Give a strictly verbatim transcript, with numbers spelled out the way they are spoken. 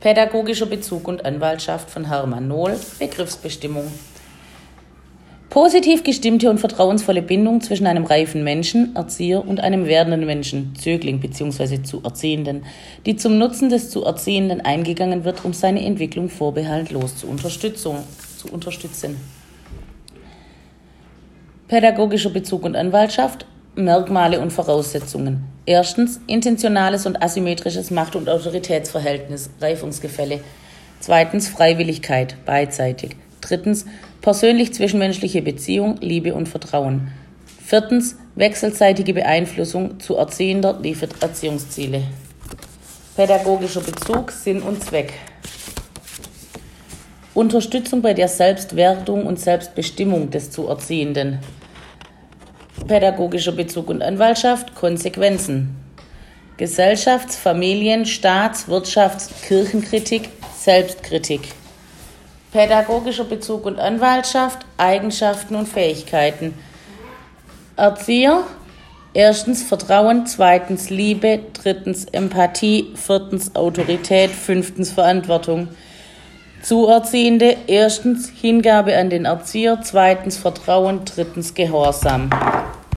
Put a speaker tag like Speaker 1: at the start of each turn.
Speaker 1: Pädagogischer Bezug und Anwaltschaft von Hermann Nohl, Begriffsbestimmung. Positiv gestimmte und vertrauensvolle Bindung zwischen einem reifen Menschen, Erzieher, und einem werdenden Menschen, Zögling bzw. zu Erziehenden, die zum Nutzen des zu Erziehenden eingegangen wird, um seine Entwicklung vorbehaltlos zu, Unterstützung, zu unterstützen. Pädagogischer Bezug und Anwaltschaft, Merkmale und Voraussetzungen. Erstens, intentionales und asymmetrisches Macht- und Autoritätsverhältnis, Reifungsgefälle. Zweitens, Freiwilligkeit, beidseitig. Drittens, persönlich-zwischenmenschliche Beziehung, Liebe und Vertrauen. Viertens, wechselseitige Beeinflussung zu Erziehender liefert Erziehungsziele. Pädagogischer Bezug, Sinn und Zweck. Unterstützung bei der Selbstwertung und Selbstbestimmung des zu Erziehenden. Pädagogischer Bezug und Anwaltschaft, Konsequenzen. Gesellschafts-, Familien-, Staats-, Wirtschafts-, Kirchenkritik, Selbstkritik. Pädagogischer Bezug und Anwaltschaft, Eigenschaften und Fähigkeiten. Erzieher, erstens Vertrauen, zweitens Liebe, drittens Empathie, viertens Autorität, fünftens Verantwortung. Zuerziehende, erstens Hingabe an den Erzieher, zweitens Vertrauen, drittens Gehorsam.